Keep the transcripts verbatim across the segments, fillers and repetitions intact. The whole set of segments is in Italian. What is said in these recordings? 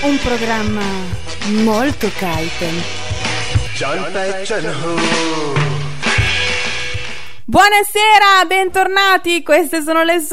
Un programma molto kaiten. Buonasera, bentornati, queste sono le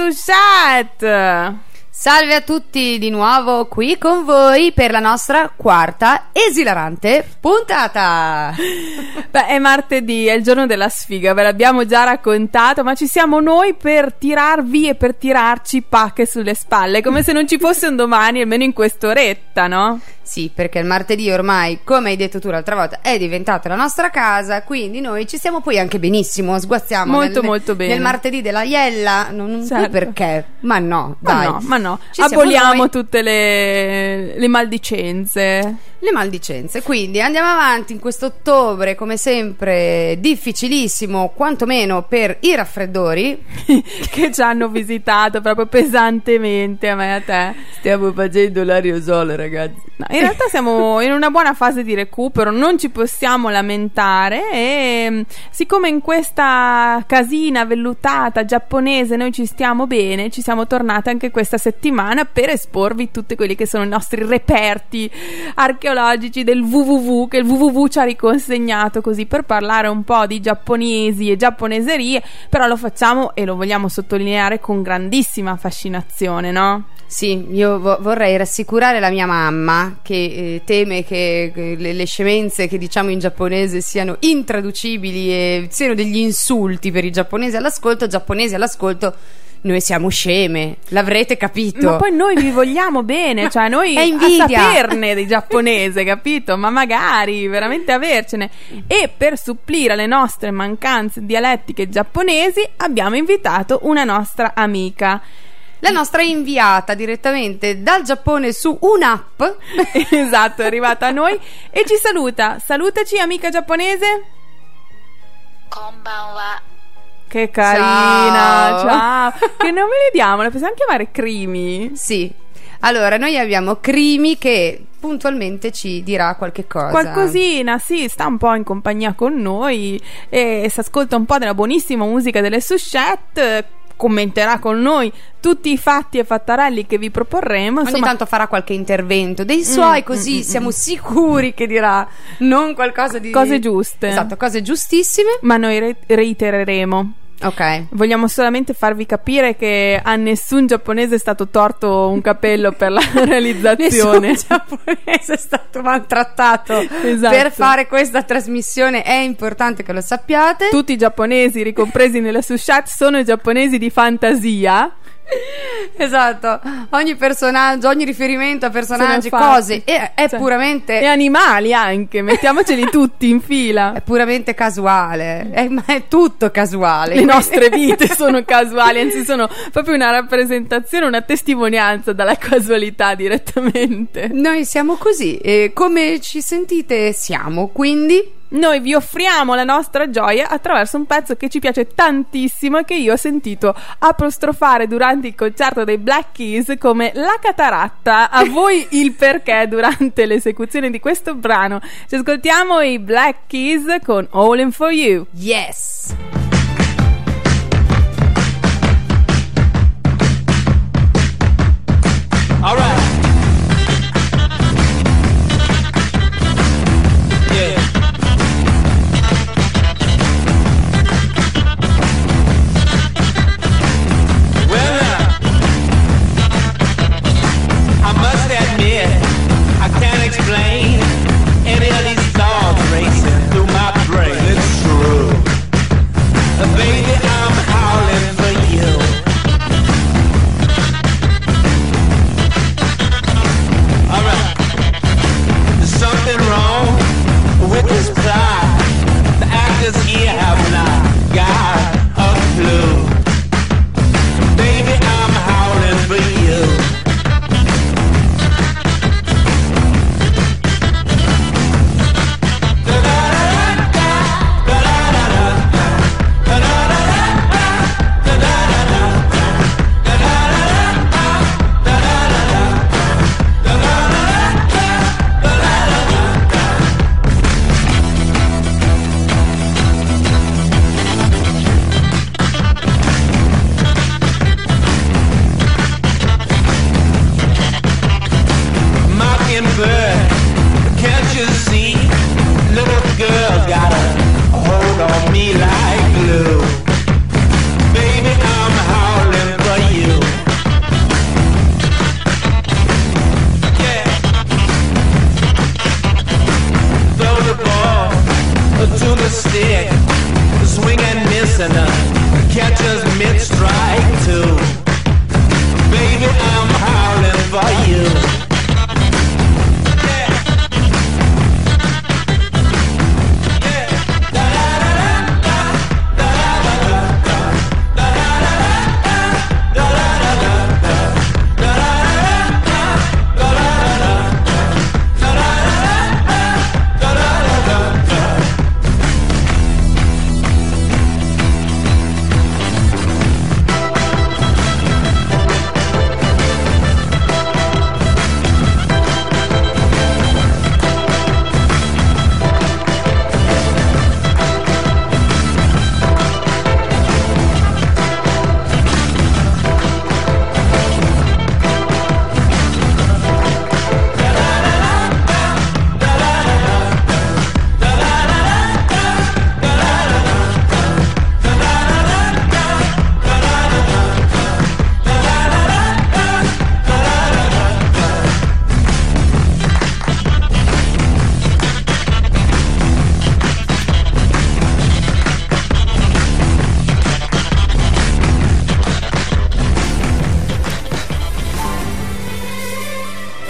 Sushat. Salve a tutti di nuovo qui con voi per la nostra quarta esilarante puntata. Beh, è martedì, è il giorno della sfiga, ve l'abbiamo già raccontato, ma ci siamo noi per tirarvi e per tirarci pacche sulle spalle, come se non ci fosse un domani, almeno in quest'oretta, no? Sì, perché il martedì ormai, come hai detto tu l'altra volta, è diventata la nostra casa, quindi noi ci stiamo poi anche benissimo, sguazziamo molto nel, molto bene nel martedì della Iella, non, non certo. so perché, ma no, ma dai. no, ma no, Ci aboliamo tutte le, le maldicenze. Le maldicenze, quindi andiamo avanti in questo ottobre, come sempre difficilissimo, quantomeno per i raffreddori che ci hanno visitato proprio pesantemente, a me e a te. Stiamo facendo l'aerosolo, ragazzi. No, in realtà siamo in una buona fase di recupero, non ci possiamo lamentare e siccome in questa casina vellutata giapponese noi ci stiamo bene, ci siamo tornate anche questa settimana per esporvi tutti quelli che sono i nostri reperti archeologici del www che il www ci ha riconsegnato, così per parlare un po' di giapponesi e giapponeserie, però lo facciamo e lo vogliamo sottolineare con grandissima fascinazione, no? Sì, io vo- vorrei rassicurare la mia mamma che eh, teme che, che le, le scemenze che diciamo in giapponese siano intraducibili e siano degli insulti per i giapponesi all'ascolto. Giapponesi all'ascolto, noi siamo sceme, l'avrete capito. Ma poi noi vi vogliamo bene, cioè noi è a saperne di giapponese, capito? Ma magari veramente avercene. E per supplire alle nostre mancanze dialettiche giapponesi abbiamo invitato una nostra amica, la nostra inviata direttamente dal Giappone su un'app. Esatto, è arrivata a noi e ci saluta. Salutaci, amica giapponese. Konbanwa. Che carina, ciao, ciao. Che nome le diamo? La possiamo chiamare Crimi? Sì. Allora, noi abbiamo Crimi che puntualmente ci dirà qualche cosa. Qualcosina, sì, sta un po' in compagnia con noi e si ascolta un po' della buonissima musica delle Sushat, commenterà con noi tutti i fatti e fattarelli che vi proporremo. Ogni insomma, tanto farà qualche intervento dei suoi, mm, così mm, siamo mm. sicuri che dirà non qualcosa di... cose giuste. Esatto, cose giustissime. Ma noi re- reitereremo. Ok. Vogliamo solamente farvi capire che a nessun giapponese è stato torto un capello per la realizzazione. Nessun giapponese è stato maltrattato. Esatto. Per fare questa trasmissione è importante che lo sappiate. Tutti i giapponesi ricompresi nella Sushat sono giapponesi di fantasia. Esatto, ogni personaggio, ogni riferimento a personaggi, cose è, è cioè, puramente e animali anche, mettiamoceli tutti in fila. È puramente casuale, è, ma è tutto casuale. Le nostre vite sono casuali, anzi sono proprio una rappresentazione, una testimonianza dalla casualità direttamente. Noi siamo così e come ci sentite siamo, quindi noi vi offriamo la nostra gioia attraverso un pezzo che ci piace tantissimo e che io ho sentito apostrofare durante il concerto dei Black Keys come la cataratta. A voi il perché durante l'esecuzione di questo brano. Ci ascoltiamo i Black Keys con All In For You. Yes! All right. Yeah. Explain any of these thoughts racing through my brain. It's true.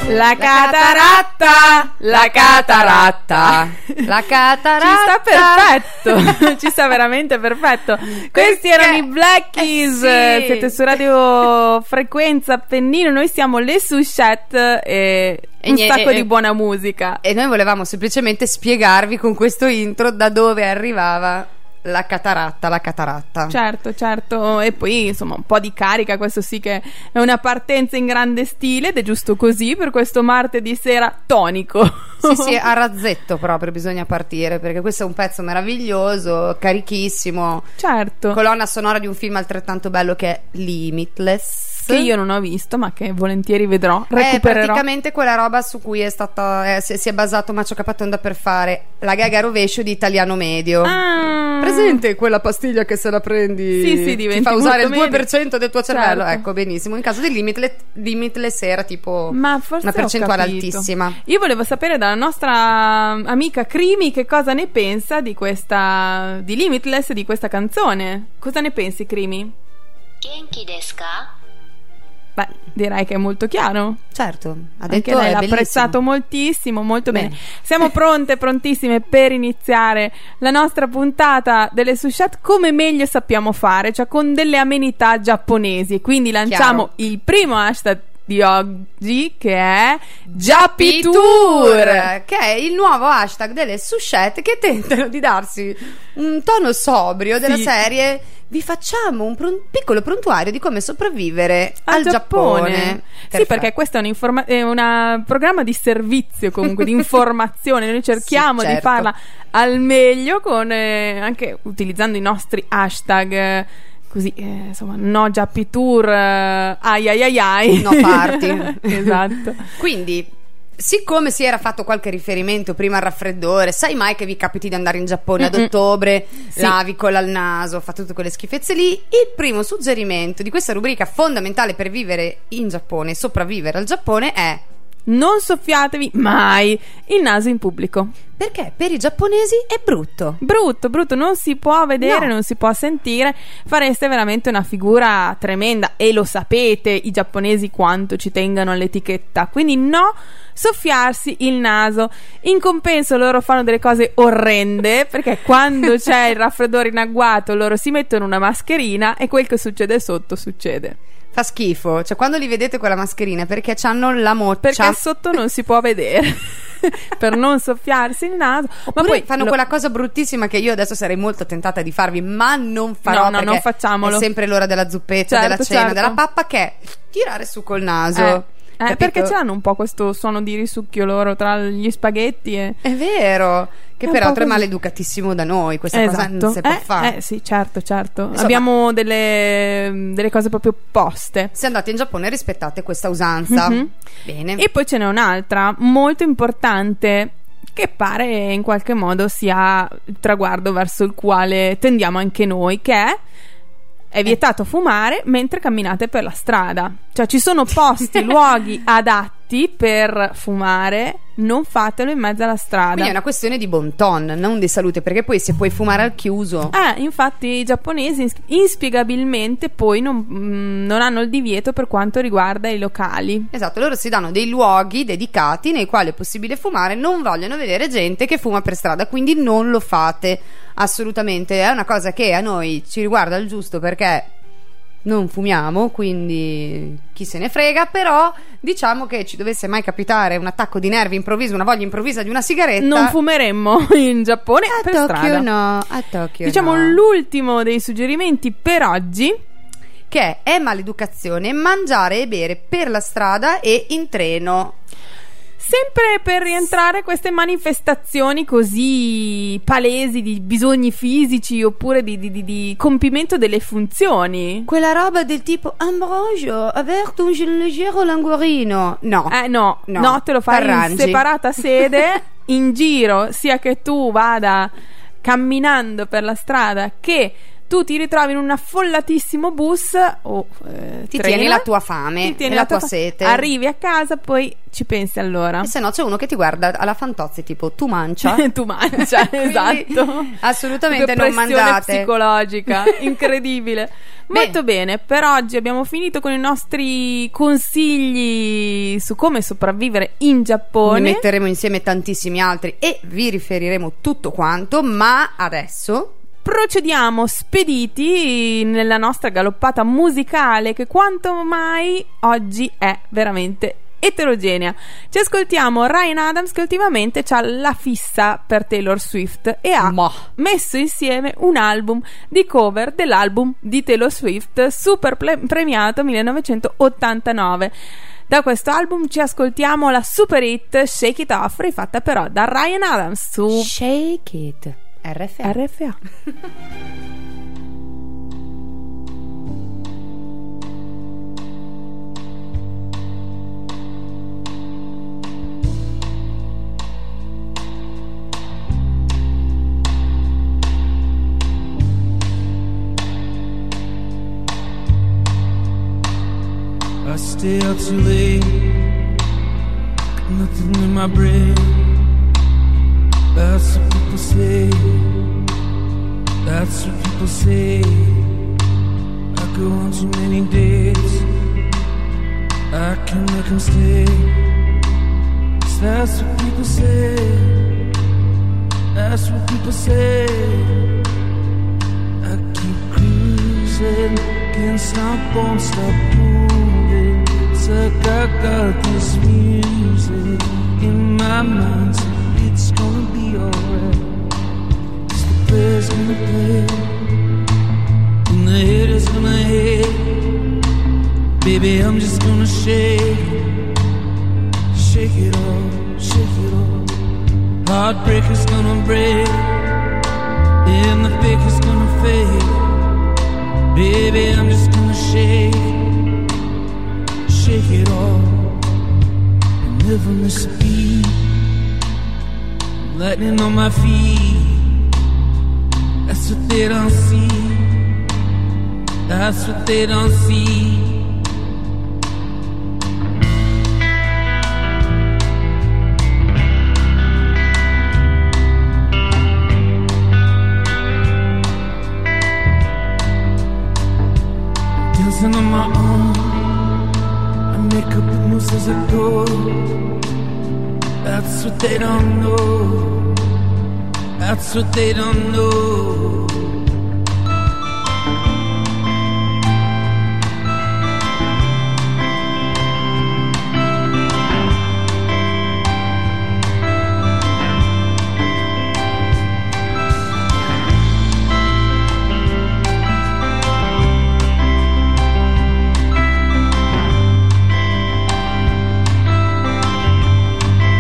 La cataratta, la cataratta, la cataratta. Ci sta perfetto, ci sta veramente perfetto. Questi Perché? erano i Black Keys, Eh sì. siete su Radio Frequenza Appennino, noi siamo le Sushette e, E un nie- sacco e- di buona musica. E noi volevamo semplicemente spiegarvi con questo intro da dove arrivava la cataratta, la cataratta. Certo, certo, e poi insomma un po' di carica, questo sì che è una partenza in grande stile ed è giusto così per questo martedì sera tonico. Sì, sì, a razzetto proprio bisogna partire, perché questo è un pezzo meraviglioso, carichissimo, Certo, colonna sonora di un film altrettanto bello che è Limitless, che io non ho visto ma che volentieri vedrò, è recupererò. praticamente quella roba su cui è stata eh, si, si è basato Macio Capatonda per fare la gag a rovescio di Italiano Medio. Ah. Presente quella pastiglia che se la prendi Sì, sì, ti diventi fa usare il molto due per cento del tuo cervello? Certo. Ecco, benissimo. In caso di Limitless, Limitless era tipo Ma forse una percentuale ho capito. altissima. Io volevo sapere dalla nostra amica Crimi che cosa ne pensa di questa di Limitless, di questa canzone. Cosa ne pensi, Crimi? Genki desu ka? Beh, direi che è molto chiaro. Certo, ha Anche detto lei è l'ha bellissimo. apprezzato moltissimo, molto bene. Bene. Siamo pronte, prontissime per iniziare la nostra puntata delle Sushette come meglio sappiamo fare, cioè con delle amenità giapponesi. E quindi lanciamo Chiaro. il primo hashtag di oggi, che è Japitour, Japitour. che è il nuovo hashtag delle Sushette che tentano di darsi un tono sobrio della Sì. serie. Vi facciamo un pron- piccolo prontuario di come sopravvivere Al al Giappone. Giappone. Sì, Perfetto. perché questo è un informa- è una programma di servizio, comunque di informazione. Noi cerchiamo Sì, di certo. farla al meglio con eh, anche utilizzando i nostri hashtag eh, così, eh, insomma, no Japitour, eh, ai ai ai ai. No party. Esatto. Quindi, siccome si era fatto qualche riferimento prima al raffreddore, sai mai che vi capiti di andare in Giappone ad Mm-mm. ottobre, Sì. lavi colla al naso, fa tutte quelle schifezze lì? Il primo suggerimento di questa rubrica fondamentale per vivere in Giappone, sopravvivere al Giappone è: Non soffiatevi mai il naso in pubblico. perché per i giapponesi è brutto. Brutto, brutto, non si può vedere, No. non si può sentire, fareste veramente una figura tremenda e lo sapete i giapponesi quanto ci tengano all'etichetta, quindi no soffiarsi il naso. In compenso loro fanno delle cose orrende, perché quando c'è il raffreddore in agguato loro si mettono una mascherina e quel che succede sotto succede. Fa schifo, cioè quando li vedete con la mascherina perché c'hanno la moccia. Perché sotto non si può vedere per non soffiarsi il naso. Ma Oppure poi fanno lo- quella cosa bruttissima che io adesso sarei molto tentata di farvi, ma non farò, No, no, perché non facciamolo. è sempre l'ora della zuppetta, Certo, della cena, certo. della pappa, che è tirare su col naso. Eh, eh, Capito? perché ce l'hanno un po' questo suono di risucchio loro tra gli spaghetti e... È vero, che È un peraltro po' è così. maleducatissimo da noi, questa cosa non si può eh, fare. eh, sì, certo, certo. Insomma- Abbiamo delle, delle cose proprio poste. Se andate in Giappone rispettate questa usanza. Mhm. Bene. E poi ce n'è un'altra molto importante che pare in qualche modo sia il traguardo verso il quale tendiamo anche noi, che è è vietato fumare mentre camminate per la strada. Cioè ci sono posti, luoghi adatti per fumare, non fatelo in mezzo alla strada. Quindi è una questione di bon ton, non di salute, perché poi se puoi fumare al chiuso. Eh, infatti i giapponesi ins- inspiegabilmente poi non, mm, non hanno il divieto per quanto riguarda i locali. Esatto, loro si danno dei luoghi dedicati nei quali è possibile fumare, non vogliono vedere gente che fuma per strada, quindi non lo fate assolutamente. È una cosa che a noi ci riguarda al giusto perché non fumiamo, quindi chi se ne frega, però diciamo che ci dovesse mai capitare un attacco di nervi improvviso, una voglia improvvisa di una sigaretta, Non fumeremmo in Giappone a per Tokyo strada. no, a Tokyo Diciamo no. l'ultimo dei suggerimenti per oggi. Che è maleducazione mangiare e bere per la strada e in treno. Sempre per rientrare queste manifestazioni così palesi di bisogni fisici oppure di, di, di, di compimento delle funzioni. Quella roba del tipo Ambrogio, averto un leggero languorino. No. Eh no, no, No, te lo fai in t'arrangi. separata sede, in giro, sia che tu vada camminando per la strada che tu ti ritrovi in un affollatissimo bus o eh, Ti treno, tieni la tua fame ti tieni e la tua fa- sete. arrivi a casa, poi ci pensi allora. E se no c'è uno che ti guarda alla Fantozzi tipo tu mancia. Tu mangia, Quindi, esatto. assolutamente non Depressione mangiate. psicologica, incredibile. Molto bene, per oggi abbiamo finito con i nostri consigli su come sopravvivere in Giappone. Ne metteremo insieme tantissimi altri e vi riferiremo tutto quanto, ma adesso procediamo spediti nella nostra galoppata musicale che quanto mai oggi è veramente eterogenea. Ci ascoltiamo Ryan Adams, che ultimamente ha la fissa per Taylor Swift e ha Ma. messo insieme un album di cover dell'album di Taylor Swift super ple- premiato millenovecentottantanove. Da questo album ci ascoltiamo la super hit Shake It Off, rifatta però da Ryan Adams su Shake It R F A. R F A. I stay out too late, nothing in my brain. That's what people say, that's what people say. I go on too many dates, I can make them stay. 'Cause that's what people say, that's what people say. I keep cruising, can't stop, won't stop moving. So I got this music in my mind, so it's gonna be alright. 'Cause the player's gonna play and the haters gonna hate. Baby, I'm just gonna shake, shake it off, shake it off. Heartbreaker's gonna break and the fake is gonna fade. Baby, I'm just gonna shake, shake it off, and never miss a beat. Lightning on my feet, that's what they don't see, that's what they don't see. Dancing on my own, I make up the moves as I go. That's what they don't know, that's what they don't know.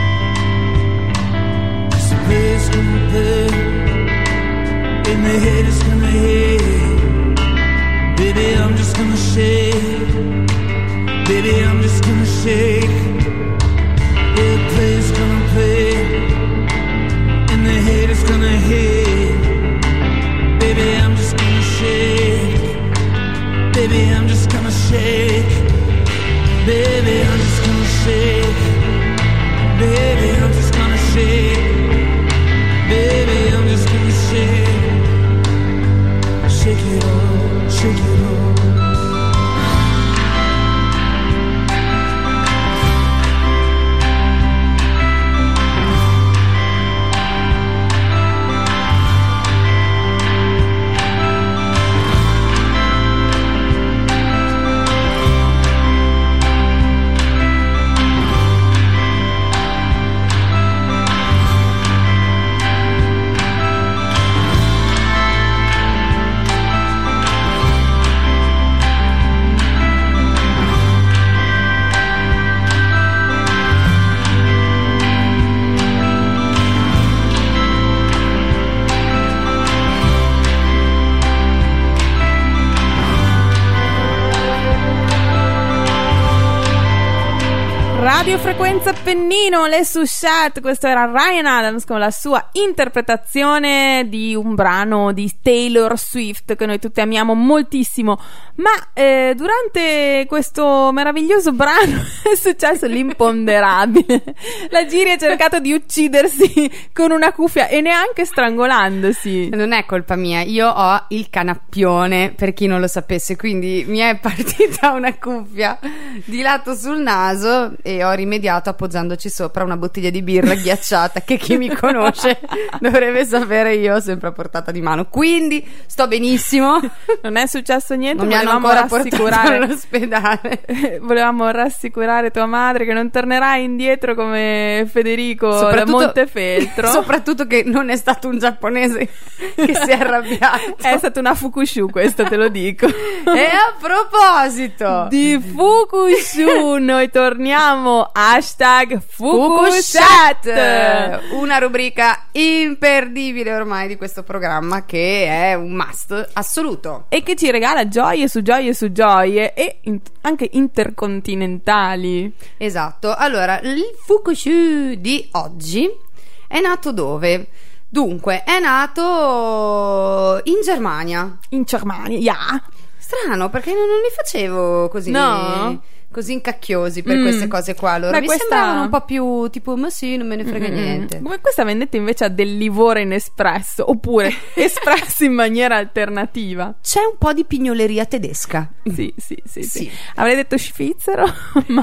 And the haters Radio Frequenza Pennino, le Sushat. Questo era Ryan Adams con la sua interpretazione di un brano di Taylor Swift che noi tutti amiamo moltissimo. Ma eh, durante questo meraviglioso brano è successo l'imponderabile. La Giri ha cercato di uccidersi con una cuffia e neanche strangolandosi. Non è colpa mia, io ho il canappione, per chi non lo sapesse, quindi mi è partita una cuffia di lato sul naso e ho rimediato appoggiandoci sopra una bottiglia di birra ghiacciata che chi mi conosce dovrebbe sapere, io ho sempre a portata di mano, quindi sto benissimo, non è successo niente. Non mi hanno ancora portato all'ospedale. Volevamo rassicurare tua madre che non tornerai indietro come Federico da Montefeltro, soprattutto che non è stato un giapponese che si è arrabbiato, è stata una Fukushu, questo te lo dico. E a proposito di Fukushu, noi torniamo hashtag Fukushat, una rubrica imperdibile ormai di questo programma, che è un must assoluto e che ci regala gioie su gioie su gioie e in- anche intercontinentali. Esatto. Allora, il Fukushu di oggi è nato dove? Dunque, è nato in Germania. In Germania, yeah. Strano, perché non, non li facevo così, no? Così incacchiosi per mm. queste cose qua. Allora Beh, mi questa... sembravano un po' più tipo, ma sì, non me ne frega mm. niente. Come questa vendetta invece ha del livore in espresso, oppure espresso in maniera alternativa. C'è un po' di pignoleria tedesca. Sì, sì, sì, sì. sì. Avrei detto svizzero, ma...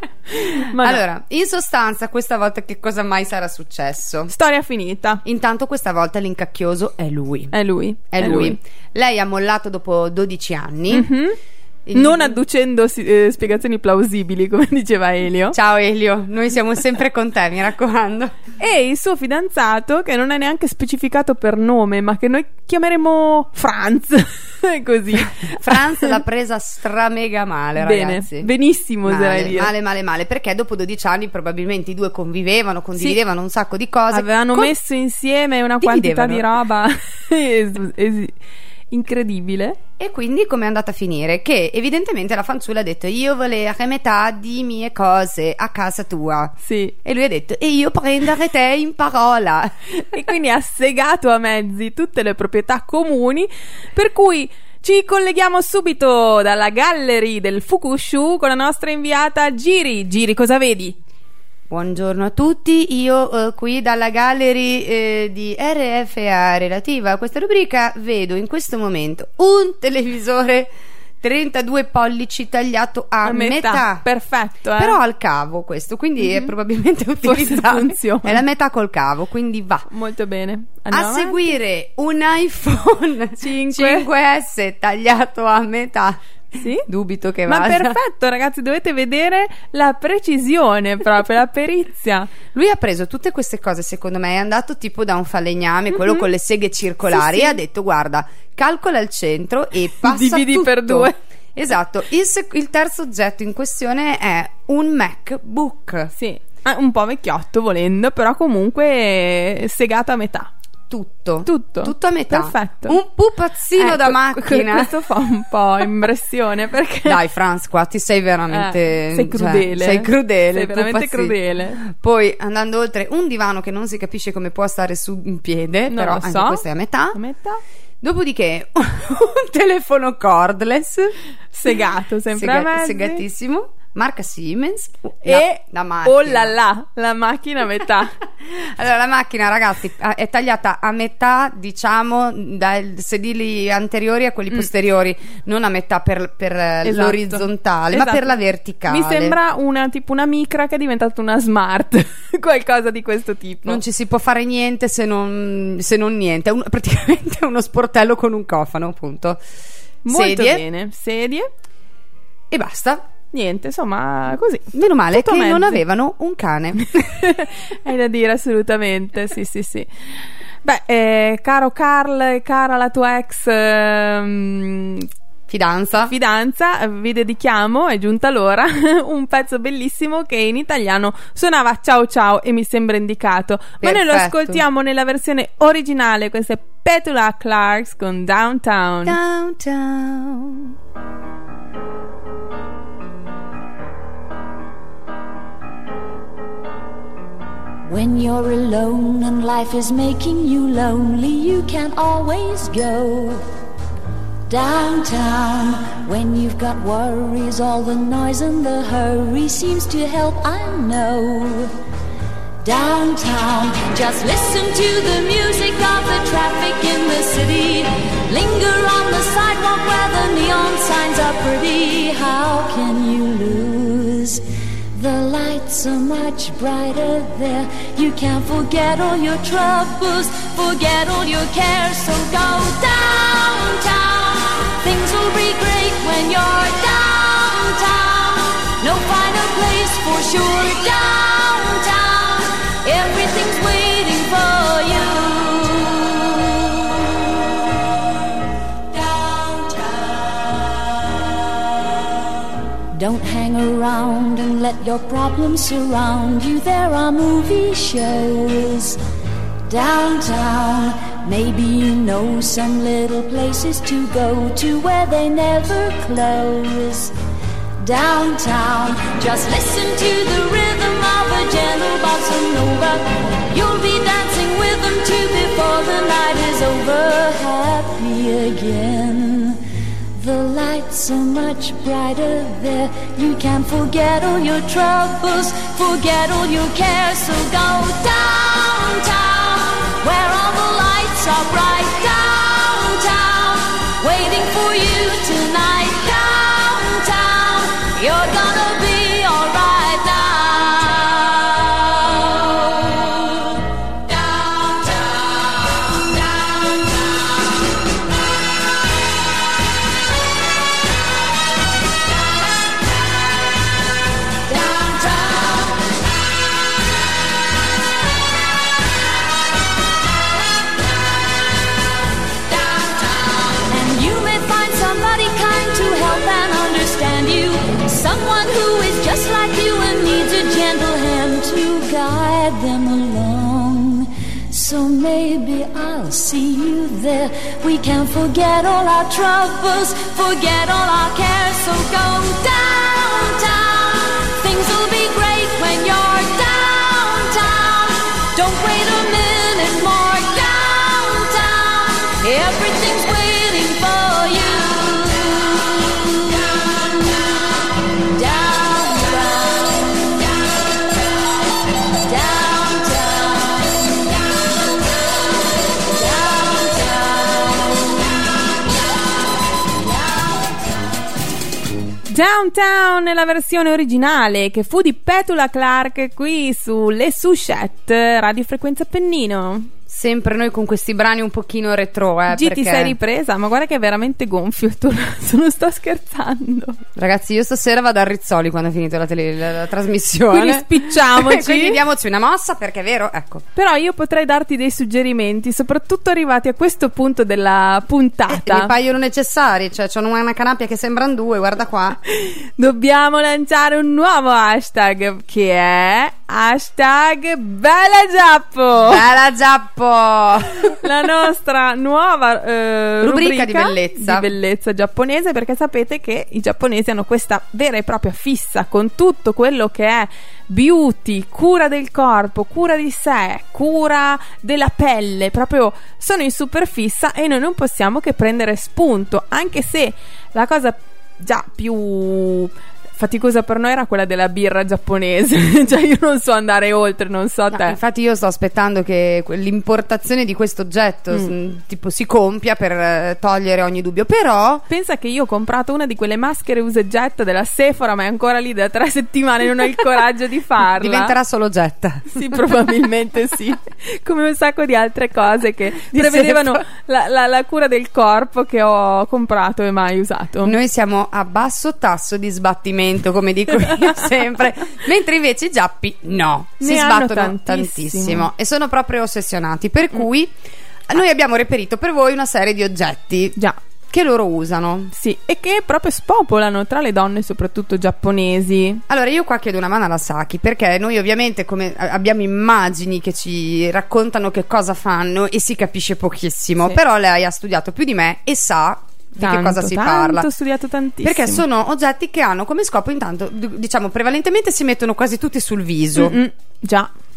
ma allora, no. In sostanza, questa volta che cosa mai sarà successo? Storia finita. Intanto questa volta l'incacchioso è lui. È lui. È, è lui. lui. Lei ha mollato dopo dodici anni. Mm-hmm. Il... non adducendo eh, spiegazioni plausibili, come diceva Elio. Ciao Elio, noi siamo sempre con te, mi raccomando. E il suo fidanzato, che non è neanche specificato per nome, ma che noi chiameremo Franz. Così Franz l'ha presa stramega male, bene, ragazzi. Benissimo, male, oserei dire. Male, male, male, perché dopo dodici anni probabilmente i due convivevano, condividevano sì. un sacco di cose. Avevano con... messo insieme una quantità di roba es- es- incredibile. E quindi come è andata a finire? Che evidentemente la fanciulla ha detto: io volere metà di mie cose a casa tua. Sì. E lui ha detto: e io prendere te in parola. E quindi ha segato a mezzi tutte le proprietà comuni, per cui ci colleghiamo subito dalla gallery del Fukushu con la nostra inviata Giri. Giri, cosa vedi? Buongiorno a tutti, io eh, qui dalla gallery eh, di R F A relativa a questa rubrica vedo in questo momento un televisore trentadue pollici tagliato a, a metà. metà. Perfetto, eh? Però al cavo questo, quindi mm-hmm. è probabilmente utilizzabile. È la metà col cavo, quindi va. Molto bene. Andiamo a avanti. Seguire un iPhone cinque S tagliato a metà. Sì? Dubito che ma vada. Perfetto, ragazzi, dovete vedere la precisione, proprio la perizia. Lui ha preso tutte queste cose, secondo me è andato tipo da un falegname, mm-hmm. quello con le seghe circolari, sì, sì. E ha detto: guarda, calcola il centro e passa dividi tutto per due. Esatto. Il, sec- il terzo oggetto in questione è un MacBook. Sì, un po' vecchiotto volendo, però comunque segato a metà. Tutto, tutto, tutto a metà. Perfetto. Un pupazzino ecco, da macchina. Questo fa un po' impressione perché dai Franz, qua ti sei veramente eh, sei crudele, cioè, sei crudele, sei veramente pupazzino. crudele. Poi andando oltre, un divano che non si capisce come può stare su in piede, non però lo anche so. questo è a metà. A metà. Dopodiché un telefono cordless segato, sempre Sega- a mezzi. segatissimo. Marca Siemens e la, la macchina. Oh là là, la macchina a metà. Allora la macchina, ragazzi, è tagliata a metà, diciamo, dai sedili anteriori a quelli mm. posteriori, non a metà per, per esatto. l'orizzontale, esatto. ma per la verticale. Mi sembra una tipo una micra che è diventata una smart, qualcosa di questo tipo. Non ci si può fare niente se non, se non niente, è un, praticamente uno sportello con un cofano, appunto. Molto sedie. bene, sedie e basta. Niente, insomma, così. Meno male tutto che non avevano un cane. Hai da dire, assolutamente. Sì, sì, sì. Beh, eh, caro Carl, cara la tua ex ehm, fidanza. Fidanza, vi dedichiamo, è giunta l'ora, un pezzo bellissimo che in italiano suonava ciao ciao e mi sembra indicato. Perfetto. Ma noi lo ascoltiamo nella versione originale. Questa è Petula Clarks con Downtown. Downtown. When you're alone and life is making you lonely, you can always go downtown. When you've got worries, all the noise and the hurry seems to help, I know. Downtown, just listen to the music of the traffic in the city. Linger on the sidewalk where the neon signs are pretty. How can you lose? The lights are much brighter there. You can't forget all your troubles, forget all your cares. So go downtown. Things will be great when you're downtown. No finer place for sure. Downtown, everything's waiting for you. Downtown. Don't hang around and let your problems surround you. There are movie shows downtown. Maybe you know some little places to go to where they never close. Downtown, just listen to the rhythm of a gentle bossa nova. You'll be dancing with them too before the night is over. Happy again. The lights are much brighter there. You can forget all your troubles, forget all your cares. So go downtown, where all the lights are bright. Downtown, waiting for you tonight. Downtown, you're gonna be alright now. Downtown, downtown. Downtown. Downtown. And you may find somebody kind to help and understand you. Someone who is just like you and needs a gentle hand to guide them along. So maybe I'll see you there. We can forget all our troubles, forget all our cares. So go downtown. Things will be great when you're downtown. Don't wait a minute more. Downtown, everything's waiting for you. Downtown nella versione originale che fu di Petula Clark qui su Le Souchette, Radio Frequenza Pennino. Sempre noi con questi brani un pochino retro, eh, G, perché... ti sei ripresa? Ma guarda che è veramente gonfio il tuo naso, non sto scherzando. Ragazzi, io stasera vado a Rizzoli quando è finita la, tele, la, la trasmissione. Quindi spicciamoci. Quindi diamoci una mossa, perché è vero, ecco. Però io potrei darti dei suggerimenti, soprattutto arrivati a questo punto della puntata. Eh, mi paiono necessari, cioè c'ho una canapia che sembrano due, guarda qua. Dobbiamo lanciare un nuovo hashtag che è hashtag Bella Giappo. Bella Giappo. La nostra nuova eh, rubrica, rubrica di bellezza. di bellezza giapponese, perché sapete che i giapponesi hanno questa vera e propria fissa con tutto quello che è beauty, cura del corpo, cura di sé, cura della pelle, proprio sono in super fissa e noi non possiamo che prendere spunto, anche se la cosa già più faticosa per noi era quella della birra giapponese. Cioè io non so andare oltre, non so no, te. Infatti io sto aspettando che l'importazione di questo oggetto mm. tipo si compia per eh, togliere ogni dubbio. Però pensa che io ho comprato una di quelle maschere usa e getta della Sephora, ma è ancora lì da tre settimane, non ho il coraggio di farla. Diventerà solo getta. Sì, probabilmente sì. Come un sacco di altre cose che di prevedevano la, la, la cura del corpo che ho comprato e mai usato. Noi siamo a basso tasso di sbattimento, come dico io sempre, mentre invece i giappi no, ne si sbattono tantissimo. tantissimo e sono proprio ossessionati, per cui mm. noi abbiamo reperito per voi una serie di oggetti già che loro usano, sì, e che proprio spopolano tra le donne, soprattutto giapponesi. Allora io qua chiedo una mano alla Saki, perché noi ovviamente come abbiamo immagini che ci raccontano che cosa fanno e si capisce pochissimo, sì. Però lei ha studiato più di me e sa di tanto, che cosa si tanto, parla. Ho studiato tantissimo. Perché sono oggetti che hanno come scopo, intanto, diciamo, prevalentemente si mettono quasi tutti sul viso. Mm-mm, già.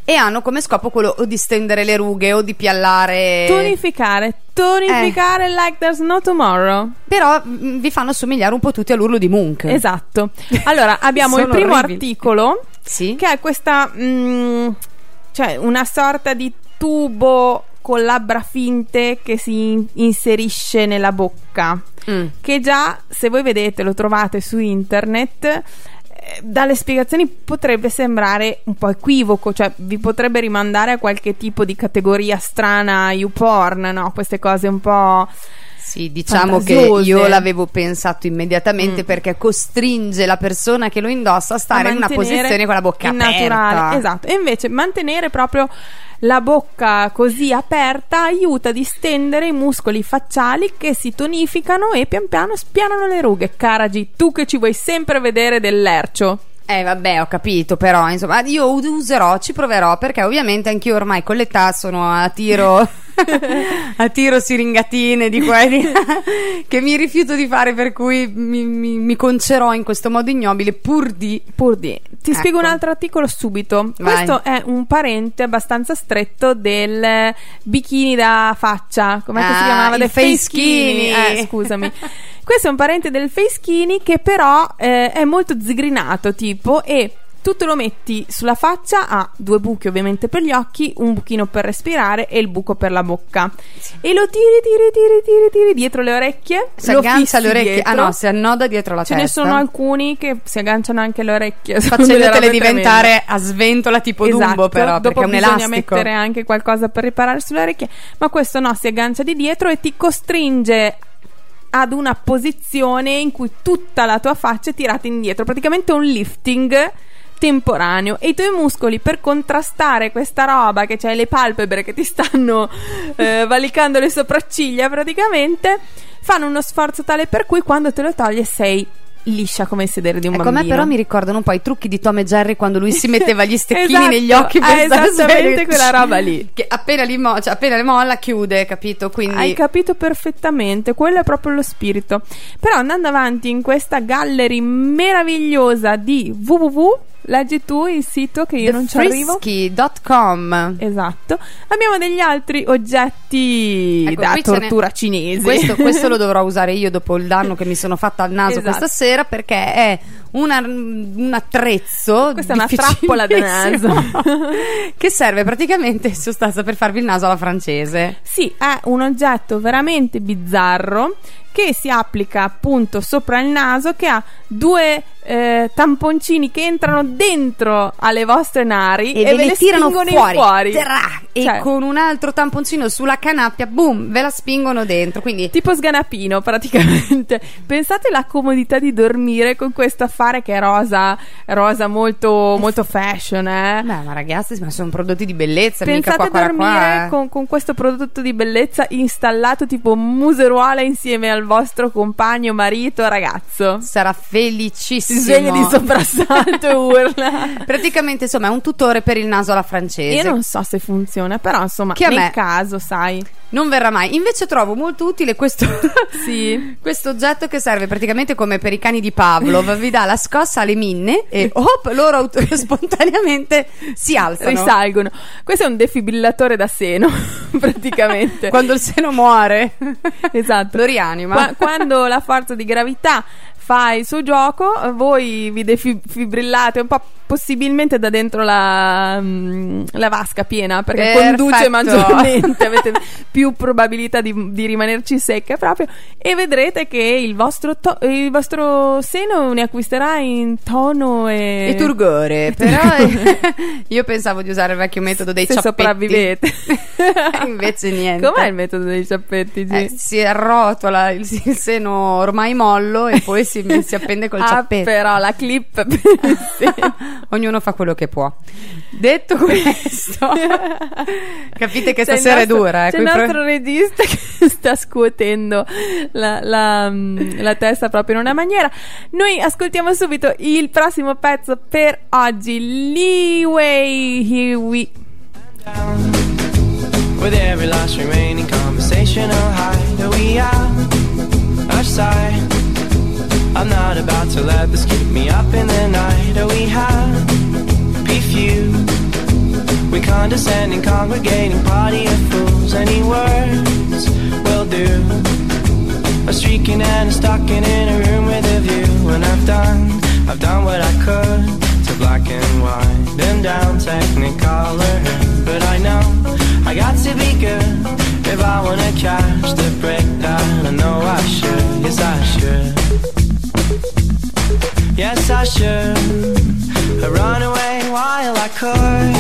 e hanno come scopo quello o di stendere le rughe o di piallare, tonificare, tonificare Eh. like there's no tomorrow. però mh, vi fanno somigliare un po' tutti all'urlo di Munch. Esatto. Allora abbiamo il Sono primo orribili. articolo Sì. che è questa mm, cioè una sorta di tubo con labbra finte che si in- inserisce nella bocca, Mm. che già, se voi vedete, lo trovate su internet, eh, dalle spiegazioni potrebbe sembrare un po' equivoco, cioè vi potrebbe rimandare a qualche tipo di categoria strana YouPorn, no? Queste cose un po'... Sì, diciamo che fantasiose. io l'avevo pensato immediatamente Mm. perché costringe la persona che lo indossa a stare a in una mantenere posizione con la bocca in aperta. naturale, esatto. E invece mantenere proprio la bocca così aperta aiuta a distendere i muscoli facciali che si tonificano e pian piano spianano le rughe. Caragi, tu che ci vuoi sempre vedere del lercio. Eh vabbè, ho capito, però insomma io userò, ci proverò, perché ovviamente anch'io ormai con l'età sono a tiro a tiro siringatine di qua e di là, che mi rifiuto di fare, per cui mi, mi, mi concerò in questo modo ignobile pur di Pur di. Ti Ecco. spiego un altro articolo subito. Vai. Questo è un parente abbastanza stretto del bikini da faccia. Com'è che si Ah, chiamava? il Del face facechini. skinny. Eh, scusami. Questo è un parente del face skinny che però eh, è molto zigrinato tipo, e tu te lo metti sulla faccia, ha due buchi ovviamente per gli occhi, un buchino per respirare e il buco per la bocca, e lo tiri tiri tiri tiri tiri dietro le orecchie, si lo aggancia fissi le orecchie. dietro. Ah no, si annoda dietro la Ce testa. ne sono alcuni che si agganciano anche le orecchie, sono delle facendotele robe diventare tremende. a sventola tipo Esatto, Dumbo, però dopo perché è un bisogna elastico. mettere anche qualcosa per riparare sulle orecchie, ma questo no, si aggancia di dietro e ti costringe ad una posizione in cui tutta la tua faccia è tirata indietro, praticamente un lifting temporaneo, e i tuoi muscoli, per contrastare questa roba, che c'hai le palpebre che ti stanno eh, valicando le sopracciglia praticamente, fanno uno sforzo tale per cui quando te lo togli sei liscia come il sedere di un Ecco, a me bambino. però mi ricordano un po' i trucchi di Tom e Jerry quando lui si metteva gli stecchini Esatto, negli occhi per è stare esattamente sveglio. quella roba lì. Che appena li mo- cioè, appena le molla chiude, capito? Quindi Hai capito perfettamente, quello è proprio lo spirito. Però andando avanti in questa gallery meravigliosa di www, leggi tu il sito che io non ci arrivo. the frisky dot com. Esatto. Abbiamo degli altri oggetti Ecco, da qui ce n'è- tortura cinese. Questo, questo lo dovrò usare io dopo il danno che mi sono fatta al naso Esatto. questa sera, perché è una- un attrezzo. Questa è una trappola da naso. difficilissimo, che serve praticamente in sostanza per farvi il naso alla francese. Sì, è un oggetto veramente bizzarro che si applica appunto sopra il naso, che ha due eh, tamponcini che entrano dentro alle vostre nari E, e, ve ve le le tirano spingono fuori, in fuori. Tra! E Cioè, con un altro tamponcino sulla canappia, boom, ve la spingono dentro. Quindi tipo sganapino praticamente. Pensate alla comodità di dormire con questo affare che è rosa, rosa molto, molto fashion, eh? beh, ma ragazzi, ma sono prodotti di bellezza, mica Pensate qua, a qua, dormire qua, eh. con, con questo prodotto di bellezza installato tipo museruola insieme al vostro compagno, marito, ragazzo. Sarà Si felicissimo. sveglia di soprassalto e urla. Praticamente, insomma, è un tutore per il naso alla francese. Io non so se funziona, però insomma, Che a nel me- caso, sai. Non verrà mai. Invece trovo molto utile questo, Sì. questo oggetto che serve praticamente come per i cani di Pavlov. Vi dà la scossa alle minne e hop, loro auto- spontaneamente si alzano. Risalgono. Questo è un defibrillatore da seno, praticamente. Quando il seno muore, Esatto. lo rianima. Qua- quando la forza di gravità fa il suo gioco, voi vi defibrillate un po', possibilmente da dentro la, mm, la vasca piena, perché Perfetto. conduce maggiormente, avete più probabilità di, di rimanerci secche proprio, e vedrete che il vostro, to- il vostro seno ne acquisterà in tono e, E turgore. Però io pensavo di usare il vecchio metodo dei se ciappetti. sopravvivete. Invece niente. Com'è il metodo dei ciappetti, G? Eh, si arrotola il, il seno ormai mollo e poi si, si appende col Ah, ciappetto. però la clip sì. Ognuno fa quello che può. Detto questo, capite che C'è il stasera è nostro- dura. Eh, C'è il coi pro- nostro regista che sta scuotendo la, la, mm, la testa proprio in una maniera. Noi ascoltiamo subito il prossimo pezzo per oggi. Leeway, here we With every last remaining conversational high that we have outside. I'm not about to let this keep me up in the night that we have. Be few. We condescending, congregating party of fools. Any words will do. A streaking and a stalking in a room with a view. And I've done, I've done what I could to black and white and down Technicolor. But I know I got to be good if I wanna catch the breakdown. I know I should, yes I should. Yes I should. I run away while I could.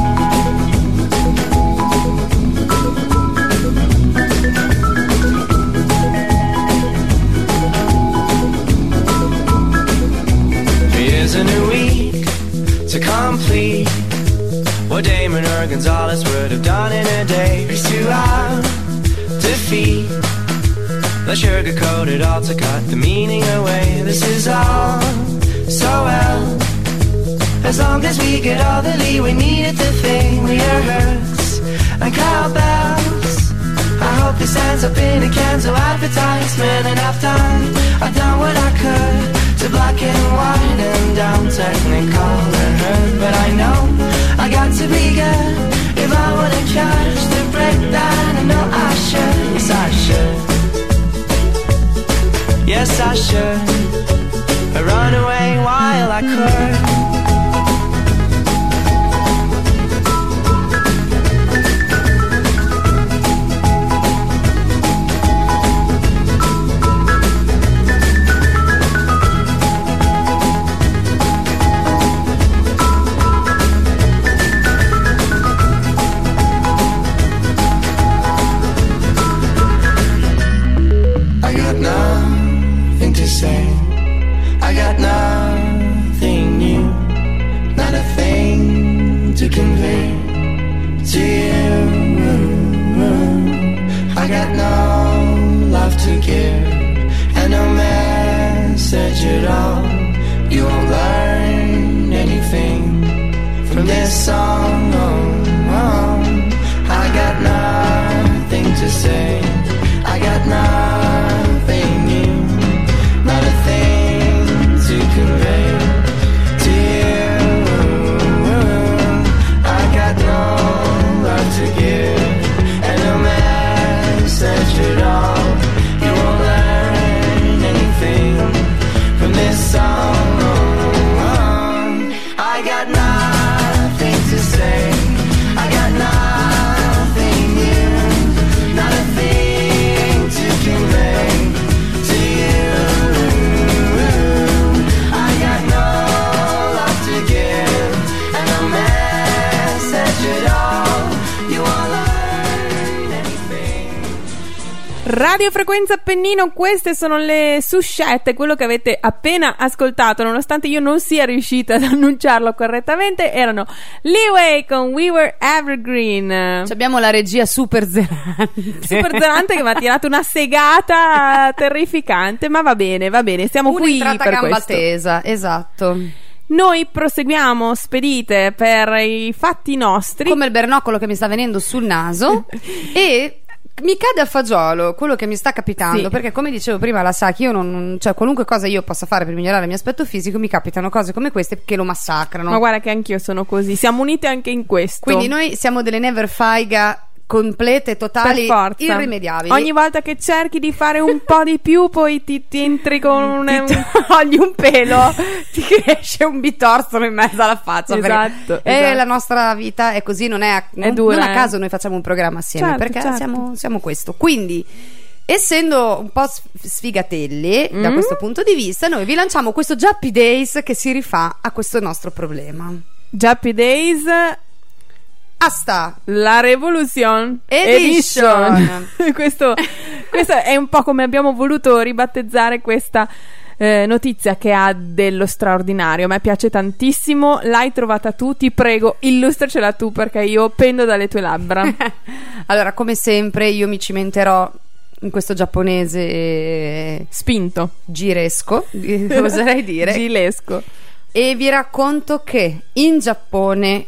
Three years and a week to complete what Damon or Gonzalez would have done in a day. Race to out defeat. Let's sugarcoat it all to cut the meaning away. This is all so well, as long as we get all the leeway needed to think. We are hurts and cowbells. I hope this ends up in a Kenzo advertisement. And I've done, I've done what I could to black and white and down Technicolor. But I know I got to be good if I wanna catch the breakdown. I know I should, yes I should. Yes I should. I run away while I could. I got nothing new, not a thing to convey to you. I got no love to give and no message at all. You won't learn anything from this song. Oh, oh. I got nothing to say. I got nothing new, not a thing to convey to you. I got no love to give and no message at all. You won't learn anything from this song. I got nothing to say. I got nothing new, not a thing to convey to you. I got no love to give and no message at all. You won't learn anything. Radio Frequenza Appennino, queste sono le suscette, quello che avete appena ascoltato, nonostante io non sia riuscita ad annunciarlo correttamente, erano Leeway con We Were Evergreen. Ci abbiamo la regia super zelante. Super zelante che mi ha tirato una segata terrificante, ma va bene, va bene, siamo qui Un'entrata per a gamba questo. tesa, esatto. Noi proseguiamo spedite per i fatti nostri. Come il bernoccolo che mi sta venendo sul naso. E mi cade a fagiolo quello che mi sta capitando, Sì. perché come dicevo prima la sa che io non, cioè qualunque cosa io possa fare per migliorare il mio aspetto fisico, mi capitano cose come queste che lo massacrano. Ma guarda che anch'io sono così, siamo unite anche in questo. Quindi noi siamo delle never faiga complete, totali, per forza, irrimediabili. ogni volta che cerchi di fare un po' di più poi ti, ti entri con un, Ti un- togli un pelo, ti cresce un bitorzolo in mezzo alla faccia. Esatto, perché- E esatto. la nostra vita è così, non è a, non, dura, non a eh. caso noi facciamo un programma assieme, Certo, perché certo. Siamo, siamo questo. Quindi, essendo un po' sf- sfigatelli da Mm. questo punto di vista, noi vi lanciamo questo Juppy Days che si rifà a questo nostro problema. Juppy Days, Asta la Revolution Edition. Edition. questo, questo è un po' come abbiamo voluto ribattezzare questa eh, notizia che ha dello straordinario. A me piace tantissimo, l'hai trovata tu, ti prego illustracela tu perché io pendo dalle tue labbra. Allora, come sempre, io mi cimenterò in questo giapponese Spinto, giresco, oserei dire, gilesco. e vi racconto che in Giappone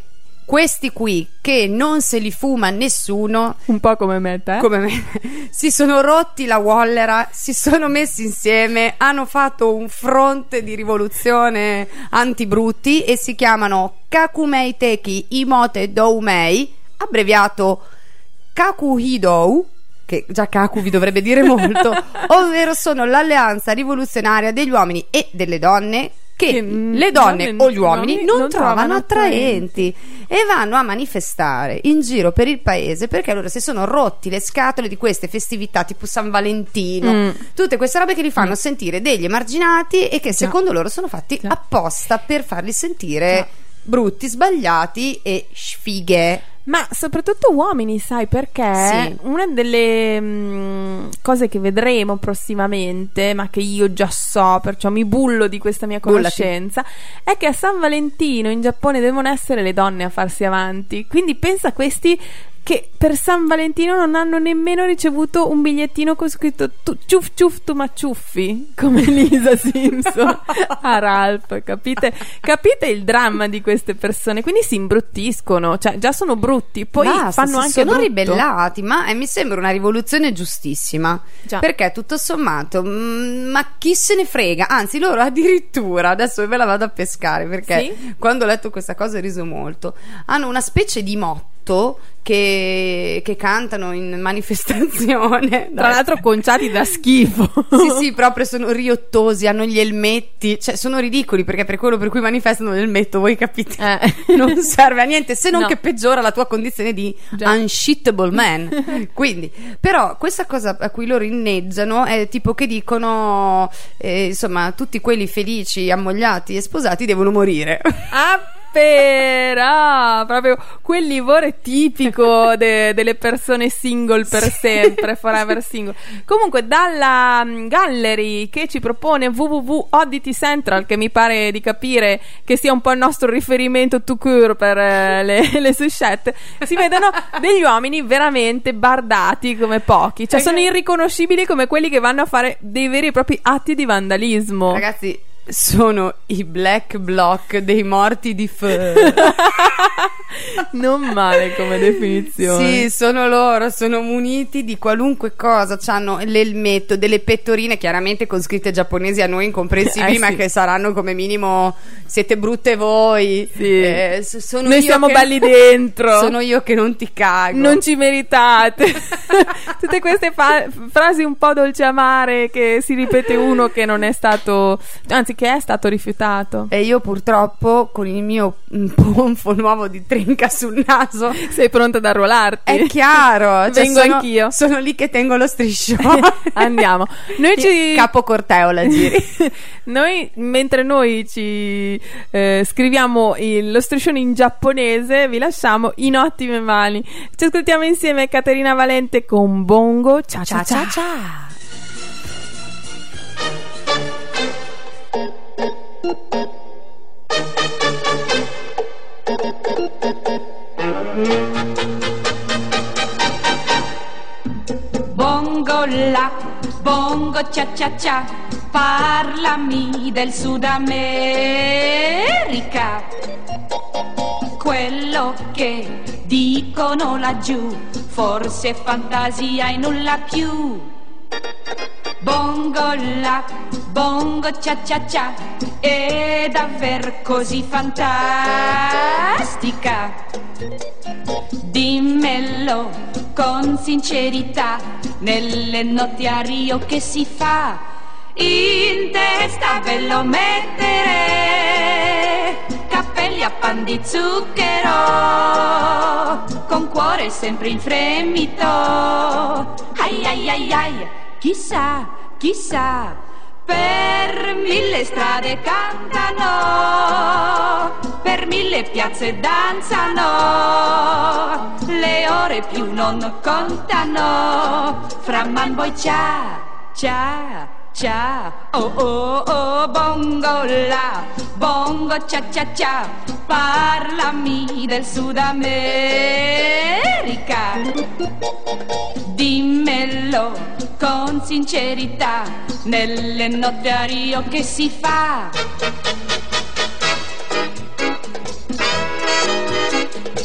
questi qui che non se li fuma nessuno, un po' come me, te. come me, si sono rotti la wollera, si sono messi insieme, hanno fatto un fronte di rivoluzione anti-brutti e si chiamano Kakumei Teki Imote Doumei, abbreviato Kakuhidou, che già Kaku vi dovrebbe dire molto, ovvero sono l'alleanza rivoluzionaria degli uomini e delle donne che, che le donne non, o gli uomini non, non trovano attraenti, attraenti e vanno a manifestare in giro per il paese perché loro si sono rotti le scatole di queste festività tipo San Valentino, mm. tutte queste robe che li fanno mm. sentire degli emarginati e che secondo Già. loro sono fatti Già. apposta per farli sentire Già. brutti, sbagliati e sfighe. Ma soprattutto uomini, sai perché? Sì. Una delle mh, cose che vedremo prossimamente, ma che io già so, perciò mi bullo di questa mia conoscenza, Bullati. è che a San Valentino in Giappone devono essere le donne a farsi avanti. Quindi pensa a questi che per San Valentino non hanno nemmeno ricevuto un bigliettino con scritto tu, ciuff ciuff tu ma ciuffi, come Lisa Simpson a Ralph, capite? Capite il dramma di queste persone? Quindi si imbruttiscono, cioè già sono brutti, poi Basta, fanno anche sono brutto. ribellati, ma eh, mi sembra una rivoluzione giustissima, Già. perché tutto sommato mh, ma chi se ne frega, anzi loro addirittura, adesso ve la vado a pescare perché sì? quando ho letto questa cosa ho riso molto, hanno una specie di motto Che, che cantano in manifestazione, tra l'altro conciati da schifo. sì sì, proprio sono riottosi, hanno gli elmetti, cioè sono ridicoli perché per quello per cui manifestano l'elmetto, voi capite, eh. non serve a niente se non no. che peggiora la tua condizione di Già. unshittable man. Quindi però questa cosa a cui loro inneggiano è tipo che dicono eh, insomma tutti quelli felici, ammogliati e sposati devono morire. Ah, però proprio quel livore tipico de- delle persone single per sempre, forever single. Comunque dalla um, Gallery che ci propone w w w punto oddity central, che mi pare di capire che sia un po' il nostro riferimento tout court per eh, le, le sushette, si vedono degli uomini veramente bardati come pochi, cioè sono irriconoscibili come quelli che vanno a fare dei veri e propri atti di vandalismo. Ragazzi, sono i black bloc dei morti di Feu. Non male come definizione. Sì, sono loro, sono muniti di qualunque cosa, hanno l'elmetto, delle pettorine chiaramente con scritte giapponesi a noi incomprensibili, eh, ma sì. che saranno come minimo siete brutte voi, sì. eh, sono noi io siamo che, belli dentro, sono io che non ti cago, non ci meritate. Tutte queste fa- frasi un po' dolce amare che si ripete uno che non è stato, anzi che è stato rifiutato. E io purtroppo con il mio ponfo nuovo di trinca sul naso sei pronta ad arruolarti? È chiaro, cioè vengo sono, anch'io, sono lì che tengo lo striscione. Andiamo, noi ci capo corteo la giri. Noi mentre noi ci eh, scriviamo il, lo striscione in giapponese, vi lasciamo in ottime mani. Ci ascoltiamo insieme Caterina Valente con Bongo Cia Cia Cia Cia. Bongo la, bongo cia cia cia, parlami del Sud America. Quello che dicono laggiù, forse è fantasia e nulla più. Bongo la, bongo cia cia cia, è davvero così fantastica. Dimmelo con sincerità, nelle notti a Rio che si fa? In testa ve lo mettere, cappelli a pan di zucchero, con cuore sempre in fremito. Ai ai ai ai, chissà, chissà, per mille strade cantano, per mille piazze danzano, le ore più non contano, fra man boy cia, cia, cia, oh oh oh, bongo la, bongo cia cia cia, parlami del Sud America. Dimmelo con sincerità, nelle notti a Rio che si fa?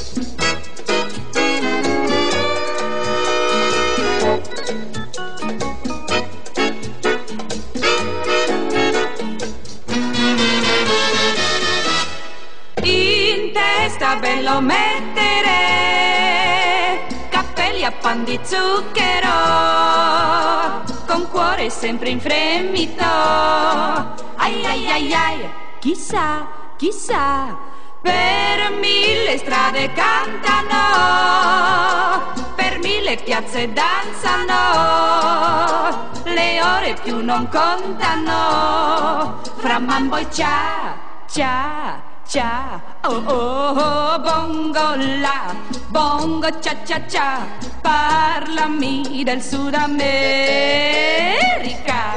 a pan di zucchero, con cuore sempre in fremito. Ai ai ai ai, chissà, chissà, per mille strade cantano, per mille piazze danzano, le ore più non contano, fra mambo e cia, cia, cia, oh oh oh, bongo la, bongo cia cia cia, parlami del Sud America,